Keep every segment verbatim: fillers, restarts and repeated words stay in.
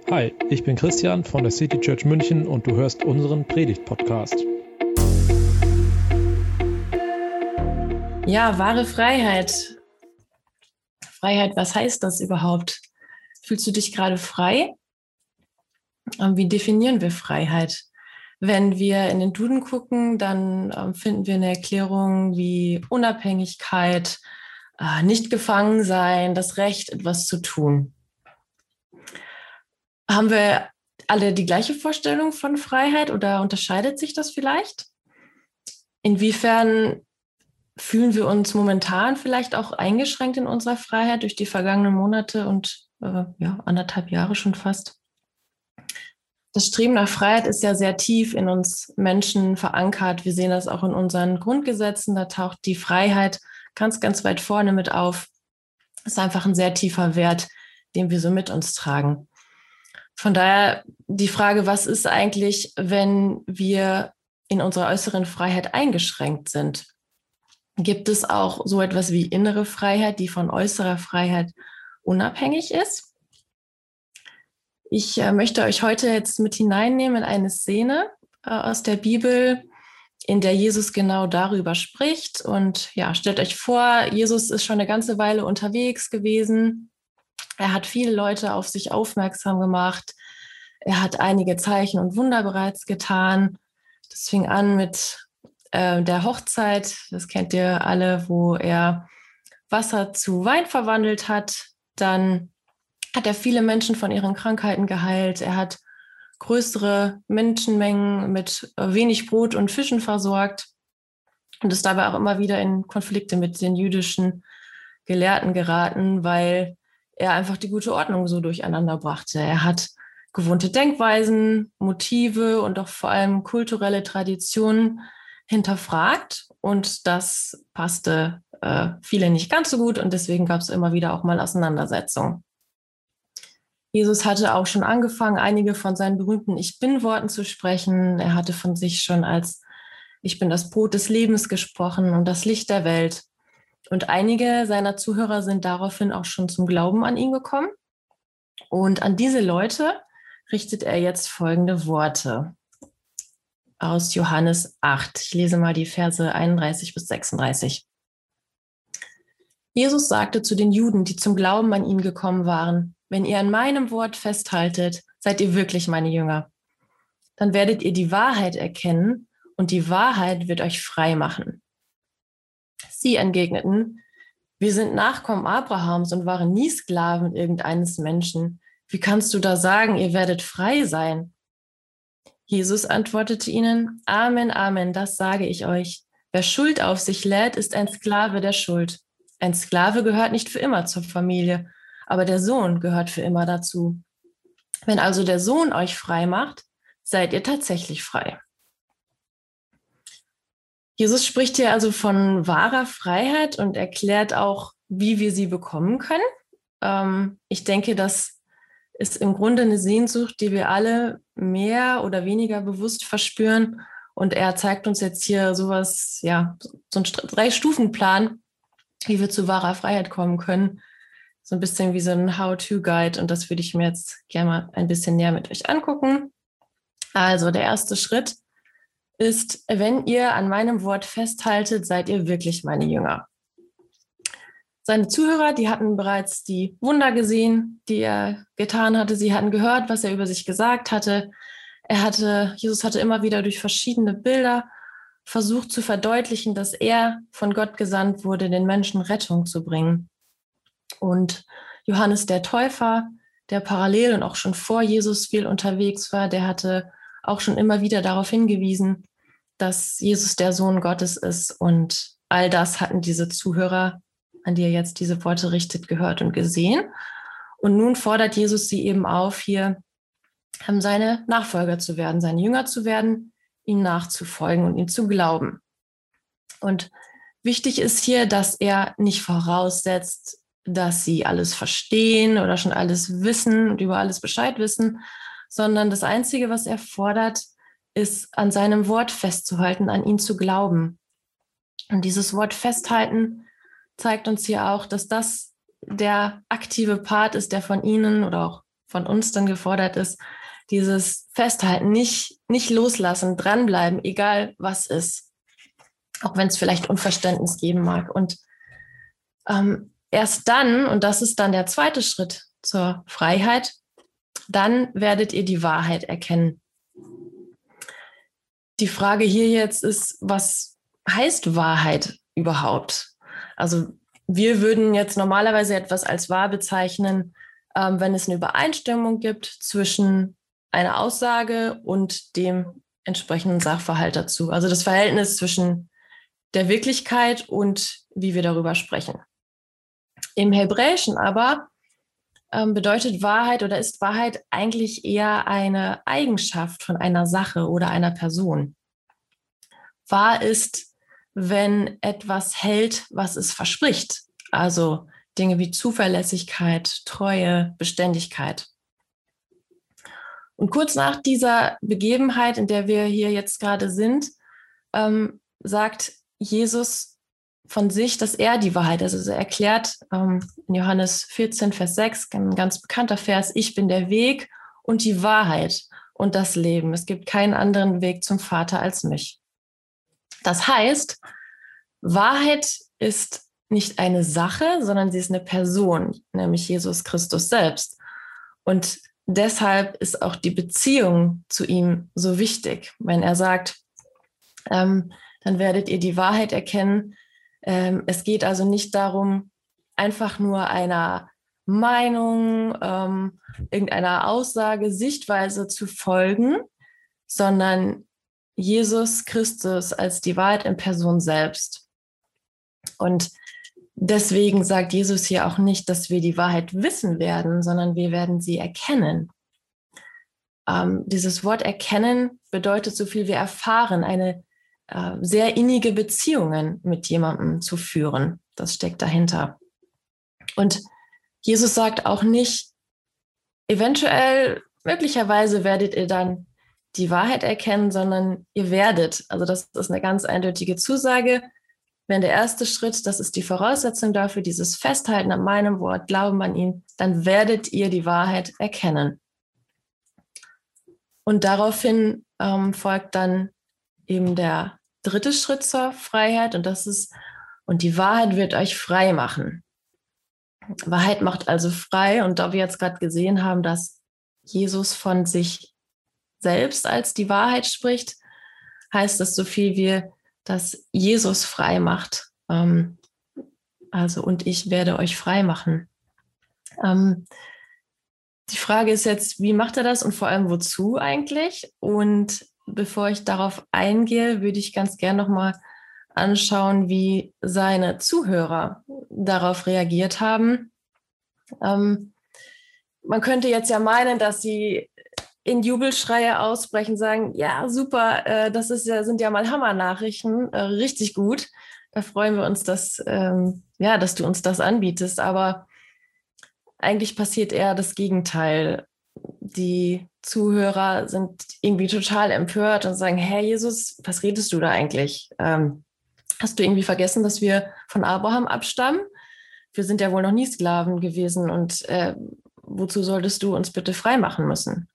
Hi, ich bin Christian von der City Church München und du hörst unseren Predigt-Podcast. Ja, wahre Freiheit. Freiheit, was heißt das überhaupt? Fühlst du dich gerade frei? Wie definieren wir Freiheit? Wenn wir in den Duden gucken, dann finden wir eine Erklärung wie Unabhängigkeit, nicht gefangen sein, das Recht, etwas zu tun. Haben wir alle die gleiche Vorstellung von Freiheit oder unterscheidet sich das vielleicht? Inwiefern fühlen wir uns momentan vielleicht auch eingeschränkt in unserer Freiheit durch die vergangenen Monate und äh, ja, anderthalb Jahre schon fast? Das Streben nach Freiheit ist ja sehr tief in uns Menschen verankert. Wir sehen das auch in unseren Grundgesetzen. Da taucht die Freiheit ganz, ganz weit vorne mit auf. Das ist einfach ein sehr tiefer Wert, den wir so mit uns tragen. Von daher die Frage, was ist eigentlich, wenn wir in unserer äußeren Freiheit eingeschränkt sind? Gibt es auch so etwas wie innere Freiheit, die von äußerer Freiheit unabhängig ist? Ich äh, möchte euch heute jetzt mit hineinnehmen in eine Szene äh, aus der Bibel, in der Jesus genau darüber spricht. Und ja, stellt euch vor, Jesus ist schon eine ganze Weile unterwegs gewesen. Er hat viele Leute auf sich aufmerksam gemacht. Er hat einige Zeichen und Wunder bereits getan. Das fing an mit äh, der Hochzeit, das kennt ihr alle, wo er Wasser zu Wein verwandelt hat. Dann hat er viele Menschen von ihren Krankheiten geheilt. Er hat größere Menschenmengen mit wenig Brot und Fischen versorgt und ist dabei auch immer wieder in Konflikte mit den jüdischen Gelehrten geraten, weil er einfach die gute Ordnung so durcheinander brachte. Er hat gewohnte Denkweisen, Motive und auch vor allem kulturelle Traditionen hinterfragt und das passte äh, vielen nicht ganz so gut und deswegen gab es immer wieder auch mal Auseinandersetzungen. Jesus hatte auch schon angefangen, einige von seinen berühmten Ich-Bin-Worten zu sprechen. Er hatte von sich schon als Ich bin das Brot des Lebens gesprochen und das Licht der Welt. Und einige seiner Zuhörer sind daraufhin auch schon zum Glauben an ihn gekommen. Und an diese Leute richtet er jetzt folgende Worte aus Johannes acht. Ich lese mal die Verse einunddreißig bis sechsunddreißig. Jesus sagte zu den Juden, die zum Glauben an ihn gekommen waren: Wenn ihr an meinem Wort festhaltet, seid ihr wirklich meine Jünger. Dann werdet ihr die Wahrheit erkennen und die Wahrheit wird euch frei machen. Sie entgegneten: Wir sind Nachkommen Abrahams und waren nie Sklaven irgendeines Menschen. Wie kannst du da sagen, ihr werdet frei sein? Jesus antwortete ihnen: Amen, Amen, das sage ich euch. Wer Schuld auf sich lädt, ist ein Sklave der Schuld. Ein Sklave gehört nicht für immer zur Familie, aber der Sohn gehört für immer dazu. Wenn also der Sohn euch frei macht, seid ihr tatsächlich frei. Jesus spricht hier also von wahrer Freiheit und erklärt auch, wie wir sie bekommen können. Ähm, ich denke, das ist im Grunde eine Sehnsucht, die wir alle mehr oder weniger bewusst verspüren. Und er zeigt uns jetzt hier sowas, ja, so einen Drei-Stufen-Plan, wie wir zu wahrer Freiheit kommen können. So ein bisschen wie so ein How-to-Guide. Und das würde ich mir jetzt gerne mal ein bisschen näher mit euch angucken. Also der erste Schritt ist: Wenn ihr an meinem Wort festhaltet, seid ihr wirklich meine Jünger. Seine Zuhörer, die hatten bereits die Wunder gesehen, die er getan hatte. Sie hatten gehört, was er über sich gesagt hatte. Er hatte, Jesus hatte immer wieder durch verschiedene Bilder versucht zu verdeutlichen, dass er von Gott gesandt wurde, den Menschen Rettung zu bringen. Und Johannes der Täufer, der parallel und auch schon vor Jesus viel unterwegs war, der hatte auch schon immer wieder darauf hingewiesen, dass Jesus der Sohn Gottes ist. Und all das hatten diese Zuhörer, an die er jetzt diese Worte richtet, gehört und gesehen. Und nun fordert Jesus sie eben auf, hier seine Nachfolger zu werden, seine Jünger zu werden, ihm nachzufolgen und ihm zu glauben. Und wichtig ist hier, dass er nicht voraussetzt, dass sie alles verstehen oder schon alles wissen und über alles Bescheid wissen, sondern das Einzige, was er fordert, ist, an seinem Wort festzuhalten, an ihn zu glauben. Und dieses Wort festhalten zeigt uns hier auch, dass das der aktive Part ist, der von ihnen oder auch von uns dann gefordert ist, dieses Festhalten, nicht, nicht loslassen, dranbleiben, egal was ist. Auch wenn es vielleicht Unverständnis geben mag. Und ähm, erst dann, und das ist dann der zweite Schritt zur Freiheit, dann werdet ihr die Wahrheit erkennen. Die Frage hier jetzt ist, was heißt Wahrheit überhaupt? Also wir würden jetzt normalerweise etwas als wahr bezeichnen, ähm, wenn es eine Übereinstimmung gibt zwischen einer Aussage und dem entsprechenden Sachverhalt dazu. Also das Verhältnis zwischen der Wirklichkeit und wie wir darüber sprechen. Im Hebräischen aber ähm, bedeutet Wahrheit oder ist Wahrheit eigentlich eher eine Eigenschaft von einer Sache oder einer Person. Wahr ist, wenn etwas hält, was es verspricht. Also Dinge wie Zuverlässigkeit, Treue, Beständigkeit. Und kurz nach dieser Begebenheit, in der wir hier jetzt gerade sind, ähm, sagt Jesus von sich, dass er die Wahrheit ist. Also er erklärt ähm, in Johannes vierzehn, Vers sechs, ein ganz bekannter Vers, ich bin der Weg und die Wahrheit und das Leben. Es gibt keinen anderen Weg zum Vater als mich. Das heißt, Wahrheit ist nicht eine Sache, sondern sie ist eine Person, nämlich Jesus Christus selbst. Und deshalb ist auch die Beziehung zu ihm so wichtig. Wenn er sagt, ähm, dann werdet ihr die Wahrheit erkennen. Ähm, es geht also nicht darum, einfach nur einer Meinung, ähm, irgendeiner Aussage, Sichtweise zu folgen, sondern Jesus Christus als die Wahrheit in Person selbst. Und deswegen sagt Jesus hier auch nicht, dass wir die Wahrheit wissen werden, sondern wir werden sie erkennen. Ähm, dieses Wort erkennen bedeutet so viel wie erfahren, eine äh, sehr innige Beziehungen mit jemandem zu führen. Das steckt dahinter. Und Jesus sagt auch nicht, eventuell, möglicherweise werdet ihr dann die Wahrheit erkennen, sondern ihr werdet. Also das ist eine ganz eindeutige Zusage. Wenn der erste Schritt, das ist die Voraussetzung dafür, dieses Festhalten an meinem Wort, Glauben an ihn, dann werdet ihr die Wahrheit erkennen. Und daraufhin ähm, folgt dann eben der dritte Schritt zur Freiheit und das ist, und die Wahrheit wird euch frei machen. Wahrheit macht also frei und da wir jetzt gerade gesehen haben, dass Jesus von sich selbst als die Wahrheit spricht, heißt das so viel wie, dass Jesus frei macht. Ähm, also, und ich werde euch frei machen. Ähm, die Frage ist jetzt, wie macht er das und vor allem wozu eigentlich? Und bevor ich darauf eingehe, würde ich ganz gern nochmal anschauen, wie seine Zuhörer darauf reagiert haben. Ähm, man könnte jetzt ja meinen, dass sie in Jubelschreie ausbrechen, sagen, ja, super, äh, das ist ja, sind ja mal Hammer-Nachrichten, äh, richtig gut. Da freuen wir uns, dass, ähm, ja, dass du uns das anbietest. Aber eigentlich passiert eher das Gegenteil. Die Zuhörer sind irgendwie total empört und sagen, hey Jesus, was redest du da eigentlich? Ähm, hast du irgendwie vergessen, dass wir von Abraham abstammen? Wir sind ja wohl noch nie Sklaven gewesen und äh, wozu solltest du uns bitte frei machen müssen?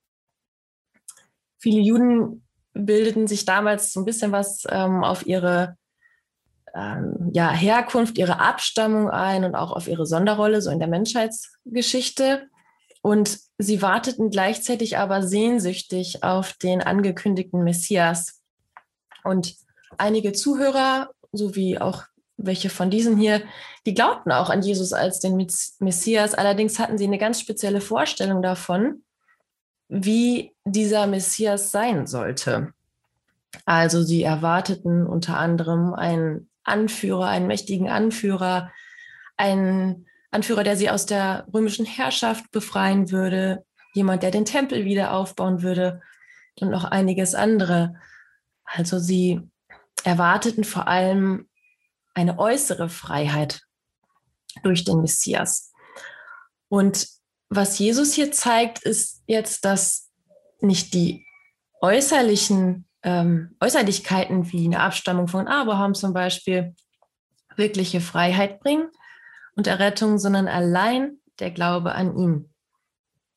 Viele Juden bildeten sich damals so ein bisschen was ähm, auf ihre ähm, ja, Herkunft, ihre Abstammung ein und auch auf ihre Sonderrolle so in der Menschheitsgeschichte. Und sie warteten gleichzeitig aber sehnsüchtig auf den angekündigten Messias. Und einige Zuhörer, sowie auch welche von diesen hier, die glaubten auch an Jesus als den Messias. Allerdings hatten sie eine ganz spezielle Vorstellung davon, wie dieser Messias sein sollte. Also sie erwarteten unter anderem einen Anführer, einen mächtigen Anführer, einen Anführer, der sie aus der römischen Herrschaft befreien würde, jemand, der den Tempel wieder aufbauen würde und noch einiges andere. Also sie erwarteten vor allem eine äußere Freiheit durch den Messias. Und was Jesus hier zeigt, ist jetzt, dass nicht die äußerlichen ähm, Äußerlichkeiten wie eine Abstammung von Abraham zum Beispiel wirkliche Freiheit bringen und Errettung, sondern allein der Glaube an ihn.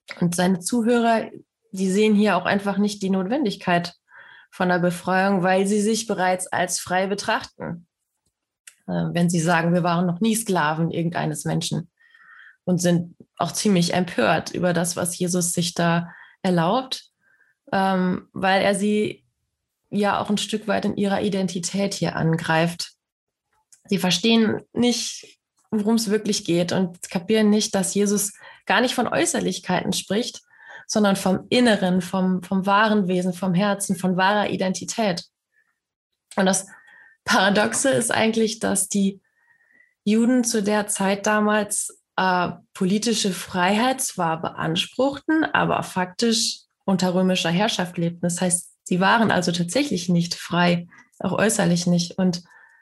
Und seine Zuhörer, die sehen hier auch einfach nicht die Notwendigkeit von der Befreiung, weil sie sich bereits als frei betrachten. Äh, wenn sie sagen, wir waren noch nie Sklaven irgendeines Menschen und sind auch ziemlich empört über das, was Jesus sich da erlaubt, ähm, weil er sie ja auch ein Stück weit in ihrer Identität hier angreift. Sie verstehen nicht, worum es wirklich geht und kapieren nicht, dass Jesus gar nicht von Äußerlichkeiten spricht, sondern vom Inneren, vom, vom wahren Wesen, vom Herzen, von wahrer Identität. Und das Paradoxe ist eigentlich, dass die Juden zu der Zeit damals äh, politische Freiheit zwar beanspruchten, aber faktisch unter römischer Herrschaft lebten. Das heißt, sie waren also tatsächlich nicht frei, auch äußerlich nicht. Und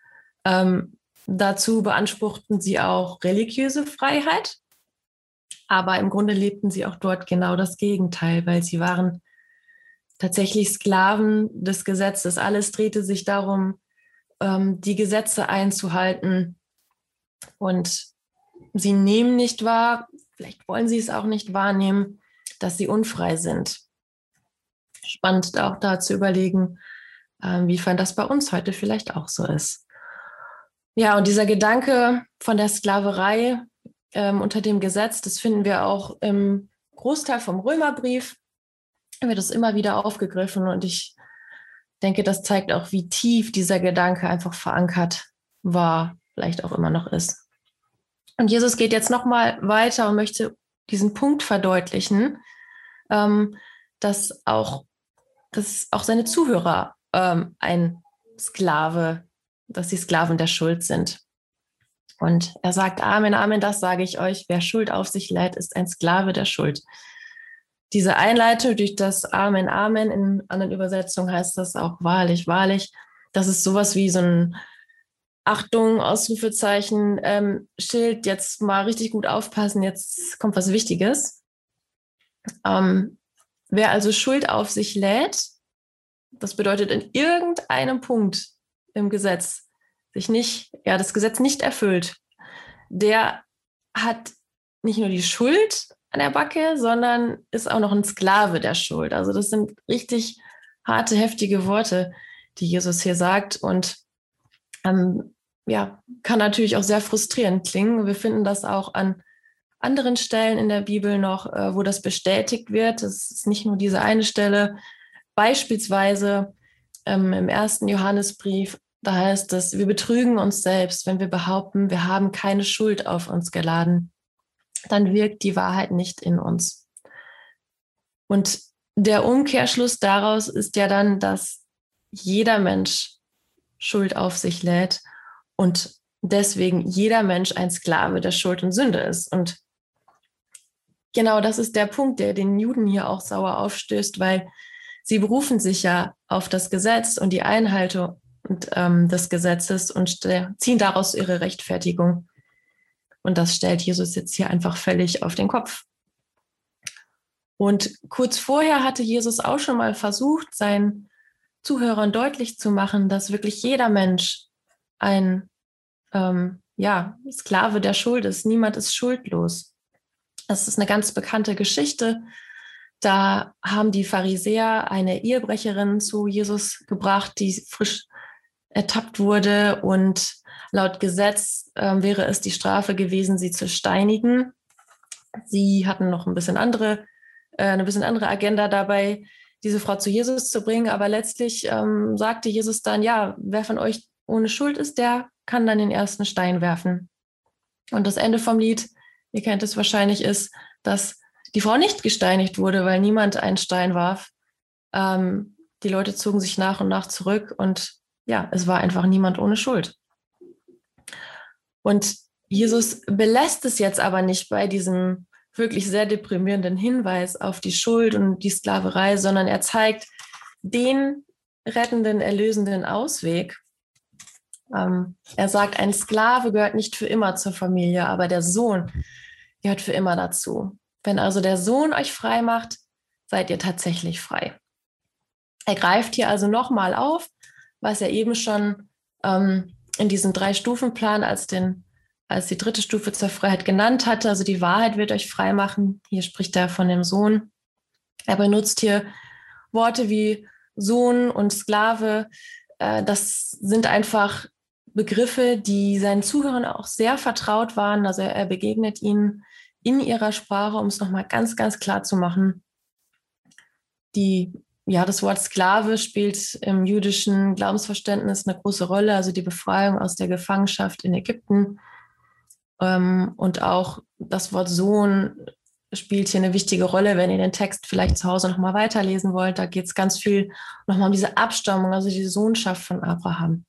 ähm, dazu beanspruchten sie auch religiöse Freiheit. Aber im Grunde lebten sie auch dort genau das Gegenteil, weil sie waren tatsächlich Sklaven des Gesetzes. Alles drehte sich darum, ähm, die Gesetze einzuhalten. Und sie nehmen nicht wahr, vielleicht wollen sie es auch nicht wahrnehmen, dass sie unfrei sind. Spannend auch da zu überlegen, äh, wiefern das bei uns heute vielleicht auch so ist. Ja, und dieser Gedanke von der Sklaverei ähm, unter dem Gesetz, das finden wir auch im Großteil vom Römerbrief. Da wird das immer wieder aufgegriffen und ich denke, das zeigt auch, wie tief dieser Gedanke einfach verankert war, vielleicht auch immer noch ist. Und Jesus geht jetzt nochmal weiter und möchte diesen Punkt verdeutlichen, ähm, dass, auch, dass auch seine Zuhörer ähm, ein Sklave, dass sie Sklaven der Schuld sind. Und er sagt, Amen, Amen, das sage ich euch, wer Schuld auf sich lädt, ist ein Sklave der Schuld. Diese Einleitung durch das Amen, Amen, in anderen Übersetzungen heißt das auch wahrlich, wahrlich. Das ist sowas wie so ein Achtung, Ausrufezeichen, ähm, Schild, jetzt mal richtig gut aufpassen, jetzt kommt was Wichtiges. Ähm, wer also Schuld auf sich lädt, das bedeutet in irgendeinem Punkt im Gesetz sich nicht, ja, das Gesetz nicht erfüllt, der hat nicht nur die Schuld an der Backe, sondern ist auch noch ein Sklave der Schuld. Also das sind richtig harte, heftige Worte, die Jesus hier sagt und ähm, ja, kann natürlich auch sehr frustrierend klingen. Wir finden das auch an anderen Stellen in der Bibel noch, äh, wo das bestätigt wird. Es ist nicht nur diese eine Stelle. Beispielsweise ähm, im ersten Johannesbrief, da heißt es, wir betrügen uns selbst, wenn wir behaupten, wir haben keine Schuld auf uns geladen. Dann wirkt die Wahrheit nicht in uns. Und der Umkehrschluss daraus ist ja dann, dass jeder Mensch Schuld auf sich lädt und deswegen jeder Mensch ein Sklave der Schuld und Sünde ist. Und genau das ist der Punkt, der den Juden hier auch sauer aufstößt, weil sie berufen sich ja auf das Gesetz und die Einhaltung ähm, des Gesetzes und ziehen daraus ihre Rechtfertigung. Und das stellt Jesus jetzt hier einfach völlig auf den Kopf. Und kurz vorher hatte Jesus auch schon mal versucht, seinen Zuhörern deutlich zu machen, dass wirklich jeder Mensch ein ähm, ja, Sklave der Schuld ist. Niemand ist schuldlos. Das ist eine ganz bekannte Geschichte. Da haben die Pharisäer eine Ehebrecherin zu Jesus gebracht, die frisch ertappt wurde. Und laut Gesetz äh, wäre es die Strafe gewesen, sie zu steinigen. Sie hatten noch ein bisschen andere, äh, eine bisschen andere Agenda dabei, diese Frau zu Jesus zu bringen. Aber letztlich ähm, sagte Jesus dann, ja, wer von euch ohne Schuld ist, der kann dann den ersten Stein werfen. Und das Ende vom Lied, ihr kennt es wahrscheinlich, ist, dass die Frau nicht gesteinigt wurde, weil niemand einen Stein warf. Ähm, die Leute zogen sich nach und nach zurück und ja, es war einfach niemand ohne Schuld. Und Jesus belässt es jetzt aber nicht bei diesem wirklich sehr deprimierenden Hinweis auf die Schuld und die Sklaverei, sondern er zeigt den rettenden, erlösenden Ausweg. Ähm, er sagt, ein Sklave gehört nicht für immer zur Familie, aber der Sohn gehört für immer dazu. Wenn also der Sohn euch frei macht, seid ihr tatsächlich frei. Er greift hier also nochmal auf, was er eben schon ähm, in diesem Drei-Stufen-Plan als den als die dritte Stufe zur Freiheit genannt hatte. Also die Wahrheit wird euch frei machen. Hier spricht er von dem Sohn. Er benutzt hier Worte wie Sohn und Sklave. Das sind einfach Begriffe, die seinen Zuhörern auch sehr vertraut waren. Also er begegnet ihnen in ihrer Sprache, um es nochmal ganz, ganz klar zu machen. Die, ja, das Wort Sklave spielt im jüdischen Glaubensverständnis eine große Rolle, also die Befreiung aus der Gefangenschaft in Ägypten. Und auch das Wort Sohn spielt hier eine wichtige Rolle, wenn ihr den Text vielleicht zu Hause nochmal weiterlesen wollt. Da geht es ganz viel nochmal um diese Abstammung, also die Sohnschaft von Abraham.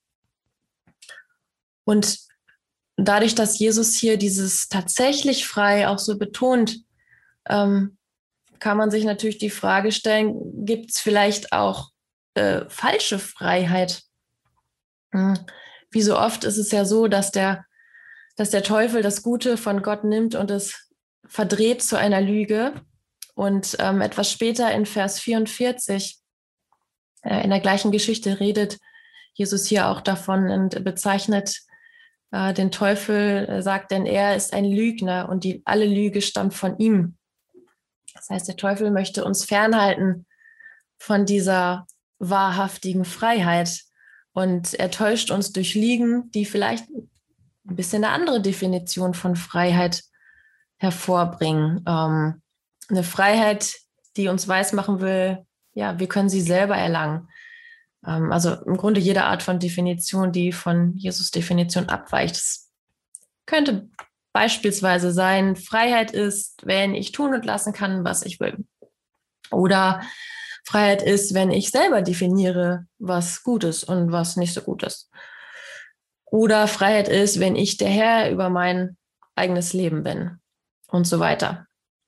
Und dadurch, dass Jesus hier dieses tatsächlich frei auch so betont, ähm, kann man sich natürlich die Frage stellen, gibt es vielleicht auch äh, falsche Freiheit? Hm. Wie so oft ist es ja so, dass der, dass der Teufel das Gute von Gott nimmt und es verdreht zu einer Lüge. Und ähm, etwas später in Vers vierundvierzig äh, in der gleichen Geschichte redet Jesus hier auch davon und bezeichnet äh, den Teufel, äh, sagt, denn er ist ein Lügner und die, alle Lüge stammt von ihm. Das heißt, der Teufel möchte uns fernhalten von dieser wahrhaftigen Freiheit und er täuscht uns durch Lügen, die vielleicht ein bisschen eine andere Definition von Freiheit hervorbringen. Ähm, eine Freiheit, die uns weismachen will, ja, wir können sie selber erlangen. Ähm, also im Grunde jede Art von Definition, die von Jesus' Definition abweicht. Das könnte beispielsweise sein, Freiheit ist, wenn ich tun und lassen kann, was ich will. Oder Freiheit ist, wenn ich selber definiere, was gut ist und was nicht so gut ist. Oder Freiheit ist, wenn ich der Herr über mein eigenes Leben bin und so weiter.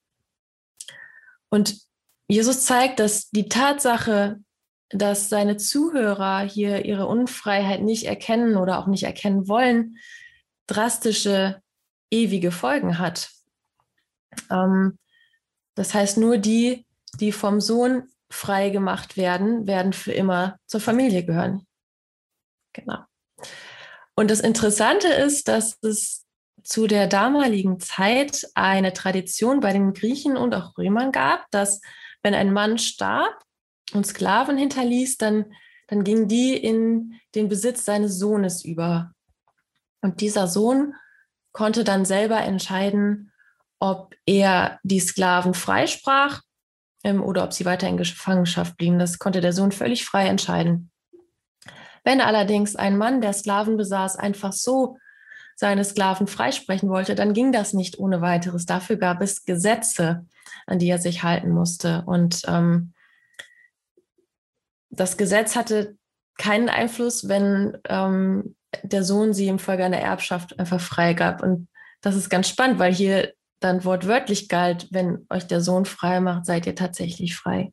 Und Jesus zeigt, dass die Tatsache, dass seine Zuhörer hier ihre Unfreiheit nicht erkennen oder auch nicht erkennen wollen, drastische, ewige Folgen hat. Ähm, das heißt, nur die, die vom Sohn frei gemacht werden, werden für immer zur Familie gehören. Genau. Und das Interessante ist, dass es zu der damaligen Zeit eine Tradition bei den Griechen und auch Römern gab, dass wenn ein Mann starb und Sklaven hinterließ, dann, dann gingen die in den Besitz seines Sohnes über. Und dieser Sohn konnte dann selber entscheiden, ob er die Sklaven freisprach ähm, oder ob sie weiter in Gefangenschaft blieben. Das konnte der Sohn völlig frei entscheiden. Wenn allerdings ein Mann, der Sklaven besaß, einfach so seine Sklaven freisprechen wollte, dann ging das nicht ohne weiteres. Dafür gab es Gesetze, an die er sich halten musste. Und ähm, das Gesetz hatte keinen Einfluss, wenn ähm, der Sohn sie im Folge einer Erbschaft einfach freigab. Und das ist ganz spannend, weil hier dann wortwörtlich galt, wenn euch der Sohn frei macht, seid ihr tatsächlich frei.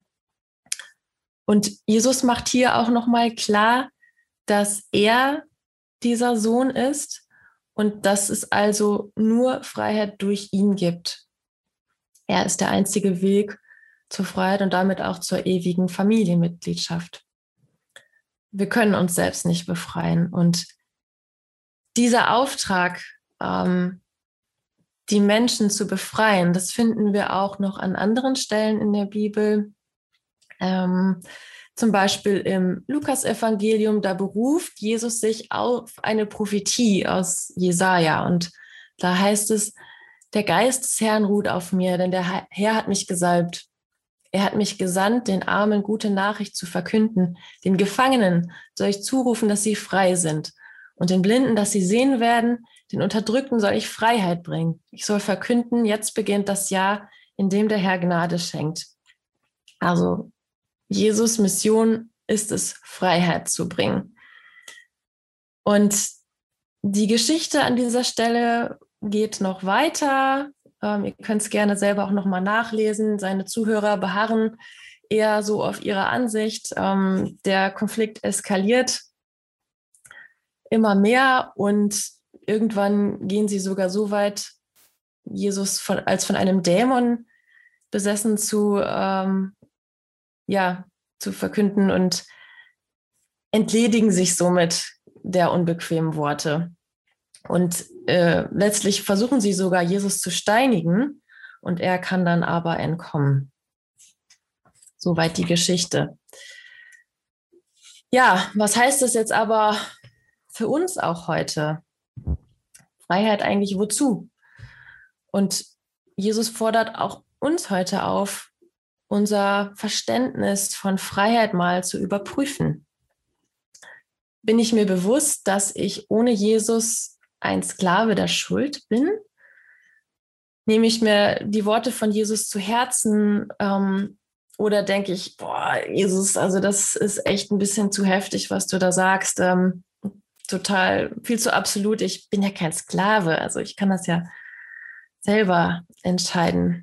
Und Jesus macht hier auch nochmal klar, dass er dieser Sohn ist und dass es also nur Freiheit durch ihn gibt. Er ist der einzige Weg zur Freiheit und damit auch zur ewigen Familienmitgliedschaft. Wir können uns selbst nicht befreien. Und dieser Auftrag, ähm, die Menschen zu befreien, das finden wir auch noch an anderen Stellen in der Bibel. Ähm, zum Beispiel im Lukas-Evangelium, da beruft Jesus sich auf eine Prophetie aus Jesaja. Und da heißt es, der Geist des Herrn ruht auf mir, denn der Herr hat mich gesalbt. Er hat mich gesandt, den Armen gute Nachricht zu verkünden. Den Gefangenen soll ich zurufen, dass sie frei sind. Und den Blinden, dass sie sehen werden. Den Unterdrückten soll ich Freiheit bringen. Ich soll verkünden, jetzt beginnt das Jahr, in dem der Herr Gnade schenkt. Also Jesus' Mission ist es, Freiheit zu bringen. Und die Geschichte an dieser Stelle geht noch weiter. Ähm, ihr könnt es gerne selber auch nochmal nachlesen. Seine Zuhörer beharren eher so auf ihrer Ansicht. Ähm, der Konflikt eskaliert immer mehr und irgendwann gehen sie sogar so weit, Jesus von, als von einem Dämon besessen zu, ähm, ja, zu verkünden und entledigen sich somit der unbequemen Worte. Und äh, letztlich versuchen sie sogar, Jesus zu steinigen und er kann dann aber entkommen. Soweit die Geschichte. Ja, was heißt das jetzt aber für uns auch heute? Freiheit eigentlich wozu? Und Jesus fordert auch uns heute auf, unser Verständnis von Freiheit mal zu überprüfen. Bin ich mir bewusst, dass ich ohne Jesus ein Sklave der Schuld bin? Nehme ich mir die Worte von Jesus zu Herzen ähm, oder denke ich, boah, Jesus, also das ist echt ein bisschen zu heftig, was du da sagst. Ähm, total, viel zu absolut. Ich bin ja kein Sklave, also ich kann das ja selber entscheiden.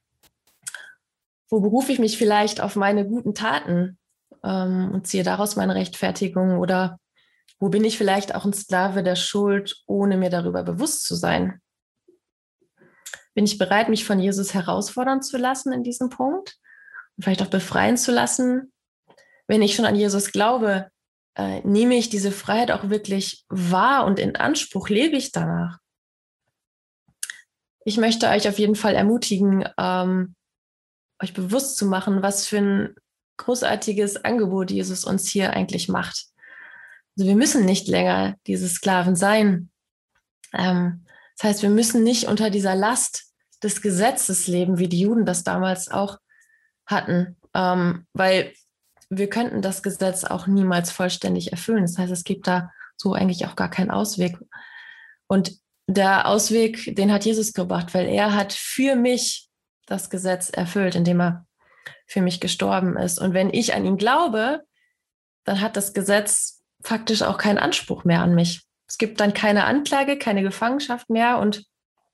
Wo berufe ich mich vielleicht auf meine guten Taten ähm, und ziehe daraus meine Rechtfertigung? Oder wo bin ich vielleicht auch ein Sklave der Schuld, ohne mir darüber bewusst zu sein? Bin ich bereit, mich von Jesus herausfordern zu lassen in diesem Punkt und vielleicht auch befreien zu lassen? Wenn ich schon an Jesus glaube, äh, nehme ich diese Freiheit auch wirklich wahr und in Anspruch? Lebe ich danach? Ich möchte euch auf jeden Fall ermutigen, ähm, euch bewusst zu machen, was für ein großartiges Angebot Jesus uns hier eigentlich macht. Also wir müssen nicht länger diese Sklaven sein. Ähm, das heißt, wir müssen nicht unter dieser Last des Gesetzes leben, wie die Juden das damals auch hatten, ähm, weil wir könnten das Gesetz auch niemals vollständig erfüllen. Das heißt, es gibt da so eigentlich auch gar keinen Ausweg. Und der Ausweg, den hat Jesus gebracht, weil er hat für mich das Gesetz erfüllt, indem er für mich gestorben ist. Und wenn ich an ihn glaube, dann hat das Gesetz faktisch auch keinen Anspruch mehr an mich. Es gibt dann keine Anklage, keine Gefangenschaft mehr und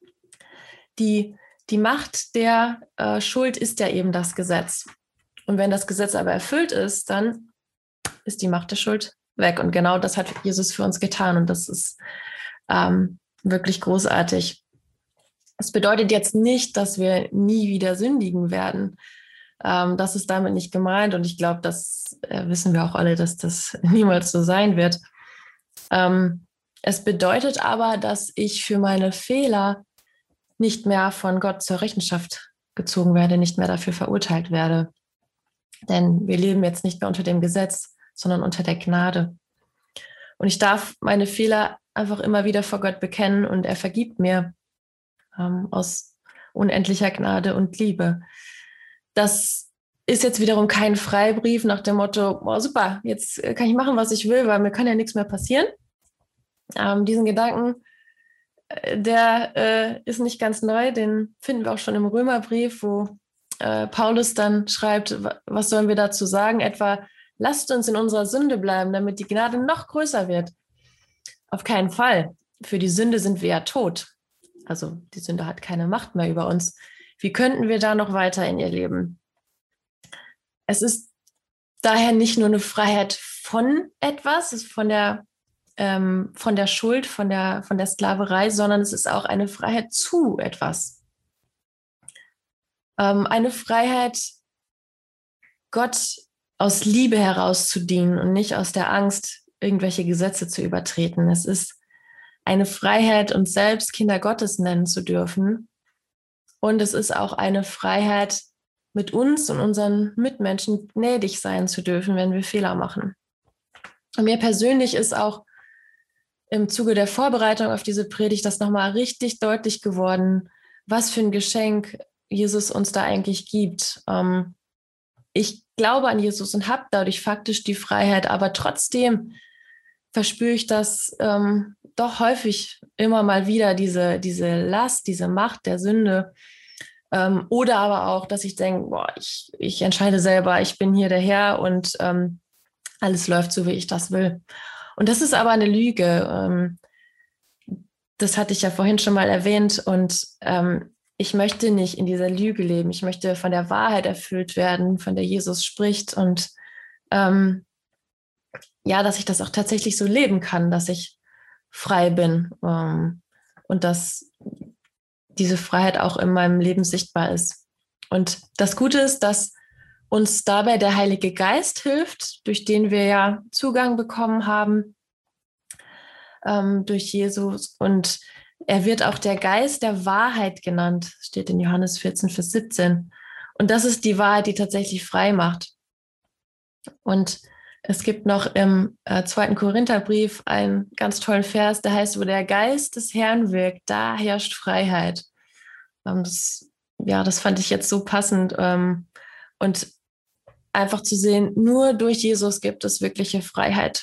die, die Macht der äh, Schuld ist ja eben das Gesetz. Und wenn das Gesetz aber erfüllt ist, dann ist die Macht der Schuld weg. Und genau das hat Jesus für uns getan und das ist ähm, wirklich großartig. Es bedeutet jetzt nicht, dass wir nie wieder sündigen werden. Ähm, das ist damit nicht gemeint und ich glaube, das äh, wissen wir auch alle, dass das niemals so sein wird. Ähm, es bedeutet aber, dass ich für meine Fehler nicht mehr von Gott zur Rechenschaft gezogen werde, nicht mehr dafür verurteilt werde. Denn wir leben jetzt nicht mehr unter dem Gesetz, sondern unter der Gnade. Und ich darf meine Fehler einfach immer wieder vor Gott bekennen und er vergibt mir ähm, aus unendlicher Gnade und Liebe. Das ist jetzt wiederum kein Freibrief nach dem Motto, oh, super, jetzt kann ich machen, was ich will, weil mir kann ja nichts mehr passieren. Ähm, diesen Gedanken, äh, der äh, ist nicht ganz neu, den finden wir auch schon im Römerbrief, wo äh, Paulus dann schreibt, was sollen wir dazu sagen? Etwa, lasst uns in unserer Sünde bleiben, damit die Gnade noch größer wird. Auf keinen Fall. Für die Sünde sind wir ja tot. Also die Sünde hat keine Macht mehr über uns. Wie könnten wir da noch weiter in ihr leben? Es ist daher nicht nur eine Freiheit von etwas, es ist von der, ähm, von der Schuld, von der, von der Sklaverei, sondern es ist auch eine Freiheit zu etwas. Ähm, eine Freiheit, Gott aus Liebe heraus zu dienen und nicht aus der Angst, irgendwelche Gesetze zu übertreten. Es ist eine Freiheit, uns selbst Kinder Gottes nennen zu dürfen. Und es ist auch eine Freiheit, mit uns und unseren Mitmenschen gnädig sein zu dürfen, wenn wir Fehler machen. Und mir persönlich ist auch im Zuge der Vorbereitung auf diese Predigt das nochmal richtig deutlich geworden, was für ein Geschenk Jesus uns da eigentlich gibt. Ähm, ich glaube an Jesus und habe dadurch faktisch die Freiheit, aber trotzdem verspüre ich das ähm, doch häufig immer mal wieder, diese, diese Last, diese Macht der Sünde. Ähm, oder aber auch, dass ich denke, boah, ich, ich entscheide selber, ich bin hier der Herr und ähm, alles läuft so, wie ich das will. Und das ist aber eine Lüge. Ähm, das hatte ich ja vorhin schon mal erwähnt und ähm, ich möchte nicht in dieser Lüge leben. Ich möchte von der Wahrheit erfüllt werden, von der Jesus spricht und ähm, ja, dass ich das auch tatsächlich so leben kann, dass ich frei bin ähm, und dass diese Freiheit auch in meinem Leben sichtbar ist. Und das Gute ist, dass uns dabei der Heilige Geist hilft, durch den wir ja Zugang bekommen haben, ähm, durch Jesus. Und er wird auch der Geist der Wahrheit genannt, steht in Johannes vierzehn, Vers siebzehn. Und das ist die Wahrheit, die tatsächlich frei macht. Und es gibt noch im äh, zweiten Korintherbrief einen ganz tollen Vers, der heißt, wo der Geist des Herrn wirkt, da herrscht Freiheit. Ähm, das, ja, das fand ich jetzt so passend. Ähm, und einfach zu sehen, nur durch Jesus gibt es wirkliche Freiheit.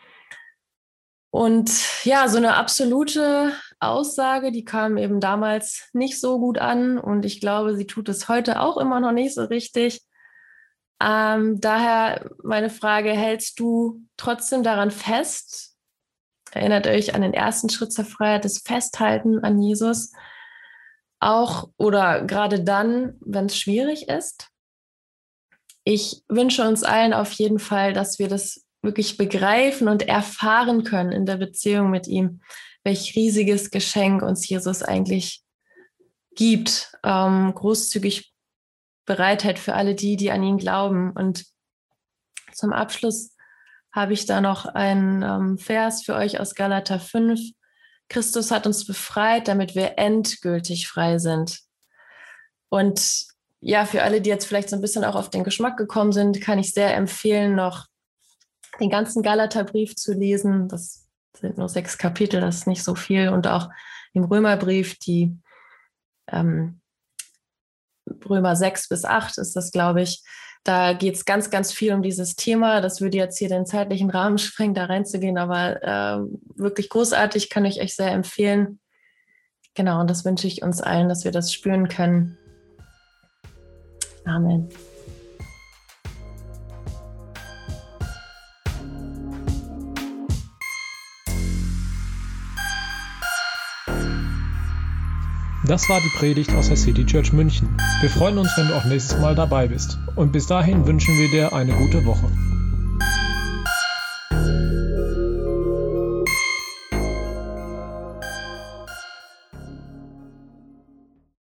Und ja, so eine absolute Aussage, die kam eben damals nicht so gut an. Und ich glaube, sie tut es heute auch immer noch nicht so richtig. Ähm, daher meine Frage, hältst du trotzdem daran fest? Erinnert euch an den ersten Schritt zur Freiheit, das Festhalten an Jesus. Auch oder gerade dann, wenn es schwierig ist. Ich wünsche uns allen auf jeden Fall, dass wir das wirklich begreifen und erfahren können in der Beziehung mit ihm, welch riesiges Geschenk uns Jesus eigentlich gibt. Ähm, großzügig Bereitheit für alle die, die an ihn glauben. Und zum Abschluss habe ich da noch einen ähm, Vers für euch aus Galater fünf. Christus hat uns befreit, damit wir endgültig frei sind. Und ja, für alle, die jetzt vielleicht so ein bisschen auch auf den Geschmack gekommen sind, kann ich sehr empfehlen, noch den ganzen Galaterbrief zu lesen. Das sind nur sechs Kapitel, das ist nicht so viel. Und auch im Römerbrief, die ähm, Römer sechs bis acht ist das, glaube ich. Da geht es ganz, ganz viel um dieses Thema. Das würde jetzt hier den zeitlichen Rahmen sprengen, da reinzugehen, aber äh, wirklich großartig, kann ich euch sehr empfehlen. Genau, und das wünsche ich uns allen, dass wir das spüren können. Amen. Das war die Predigt aus der City Church München. Wir freuen uns, wenn du auch nächstes Mal dabei bist. Und bis dahin wünschen wir dir eine gute Woche.